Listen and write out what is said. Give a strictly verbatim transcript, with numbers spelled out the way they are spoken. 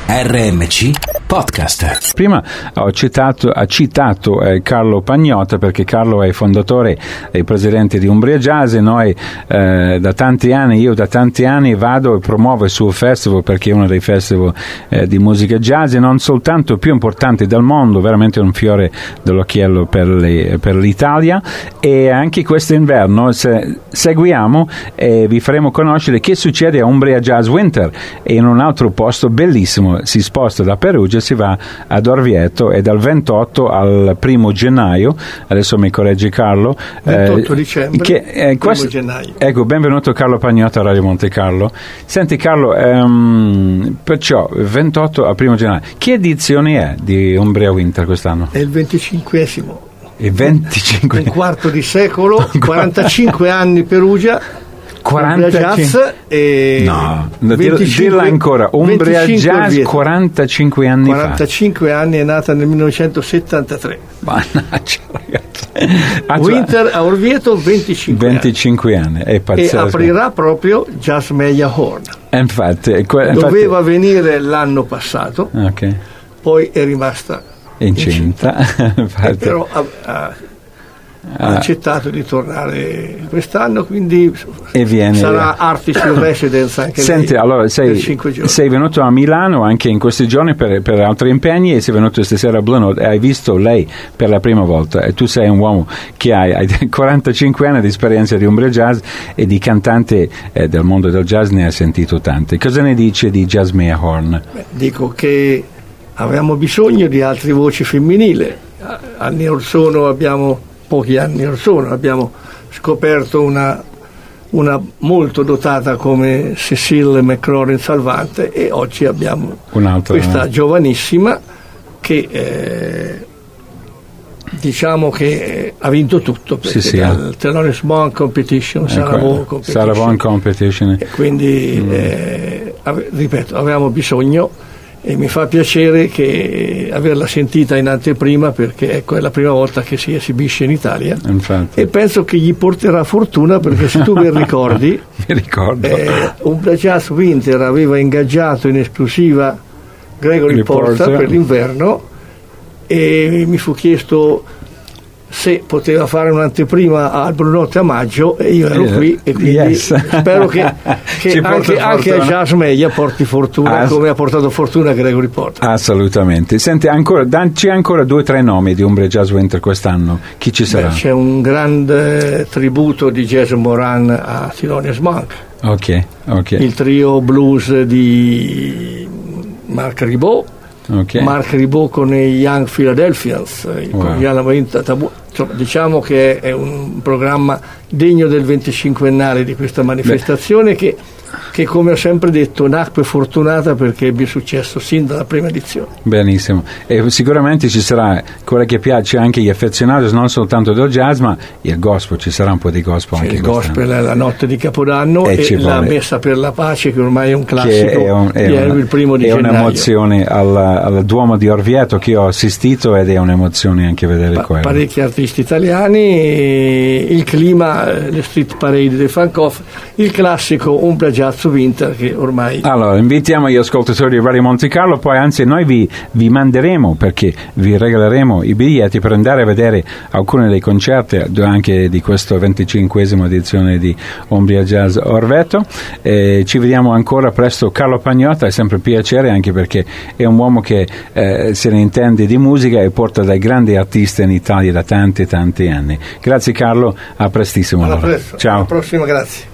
R M C Podcast. Prima ho citato, ha citato eh, Carlo Pagnotta, perché Carlo è fondatore e presidente di Umbria Jazz, e noi eh, da tanti anni, io da tanti anni vado e promuovo il suo festival, perché è uno dei festival eh, di musica jazz e non soltanto più importanti del mondo, veramente un fiore dell'occhiello per, le, per l'Italia. E anche quest'inverno se, seguiamo e vi faremo conoscere che succede a Umbria Jazz Winter, e in un altro posto bellissimo. Si sposta da Perugia, si va ad Orvieto, e dal ventotto al primo gennaio, adesso mi corregge Carlo, ventotto dicembre, che, eh, primo questo, gennaio. Ecco, benvenuto Carlo Pagnotta a Radio Monte Carlo. Senti Carlo, ehm, perciò ventotto al primo gennaio, che edizione è di Umbria Winter quest'anno? È il venticinquesimo. Il venticinque. Un quarto di secolo, quarantacinque anni Perugia. quarantacinque Jazz e no, venticinque, dirla ancora. Umbria Jazz quarantacinque anni quarantacinque fa. anni, è nata nel millenovecentosettantatré. Mannaggia, ragazzi. Winter a Orvieto venticinque, venticinque anni, è pazzesco. E aprirà proprio Jazz Meia Horn. Infatti, que- doveva infatti... venire l'anno passato, okay. Poi è rimasta incinta, incinta. Però ha, ha, ha ah. accettato di tornare quest'anno, quindi e viene, sarà artist residence anche Senti, lei, allora sei, sei venuto a Milano anche in questi giorni per, per altri impegni, e sei venuto stasera a Blue Note e hai visto lei per la prima volta, e tu sei un uomo che hai, hai quarantacinque anni di esperienza di Umbria Jazz, e di cantante eh, del mondo del jazz ne hai sentito tante. Cosa ne dice di Jazz Meia Horn? Beh, dico che avevamo bisogno di altre voci femminili. Anni or sono abbiamo pochi anni or sono abbiamo scoperto una, una molto dotata come Cecile McLaurin Salvante, e oggi abbiamo un'altra, questa no? giovanissima che eh, diciamo che ha vinto tutto, perché sì, sì, dal Thelonious Monk Competition, ecco, Sarah Vaughan Competition, Sarah Vaughan Competition. E quindi mm. eh, ave, ripeto, avevamo bisogno, e mi fa piacere che averla sentita in anteprima, perché ecco, è la prima volta che si esibisce in Italia. Infatti. E penso che gli porterà fortuna, perché se tu ben ricordi mi ricordo eh, Umbria Jazz Winter aveva ingaggiato in esclusiva Gregory Porter, Porter per l'inverno, e mi fu chiesto se poteva fare un'anteprima al Blue Note a maggio, e io ero qui, e quindi yes. spero che, che anche, anche a Jazz Meia porti fortuna, As- come ha portato fortuna Gregory Porter. Assolutamente. Senti, ancora, c'è ancora due o tre nomi di Umbria Jazz Winter quest'anno, chi ci sarà? Beh, c'è un grande tributo di Jason Moran a Thelonious Monk, okay, okay. il trio blues di Marc Ribot, okay. Marc Ribot con i Young Philadelphians, wow. con Yana Marinta Tabu. Insomma, diciamo che è un programma degno del venticinquennale di questa manifestazione, che, che come ho sempre detto nacque fortunata perché ebbe successo sin dalla prima edizione. Benissimo, e sicuramente ci sarà quello che piace anche agli affezionati non soltanto del jazz, ma il gospel, ci sarà un po' di gospel. C'è anche il gospel è la notte di Capodanno, e, e la messa per la pace, che ormai è un classico, che è, un, è, è una, il primo di è gennaio. Un'emozione al, al Duomo di Orvieto che ho assistito, ed è un'emozione anche vedere pa- quello. Parecchi artisti italiani, il clima, le street parade dei funk off, il classico Umbria Jazz Winter, che ormai... Allora, invitiamo gli ascoltatori di Radio Monte Carlo, poi anzi noi vi, vi manderemo, perché vi regaleremo i biglietti per andare a vedere alcuni dei concerti anche di questa venticinquesima edizione di Umbria Jazz Orvieto. Eh, ci vediamo ancora presto. Carlo Pagnotta, è sempre un piacere, anche perché è un uomo che eh, se ne intende di musica e porta dai grandi artisti in Italia da tanti tanti anni. Grazie Carlo, a prestissimo. Alla presto, ciao. Alla prossima, grazie.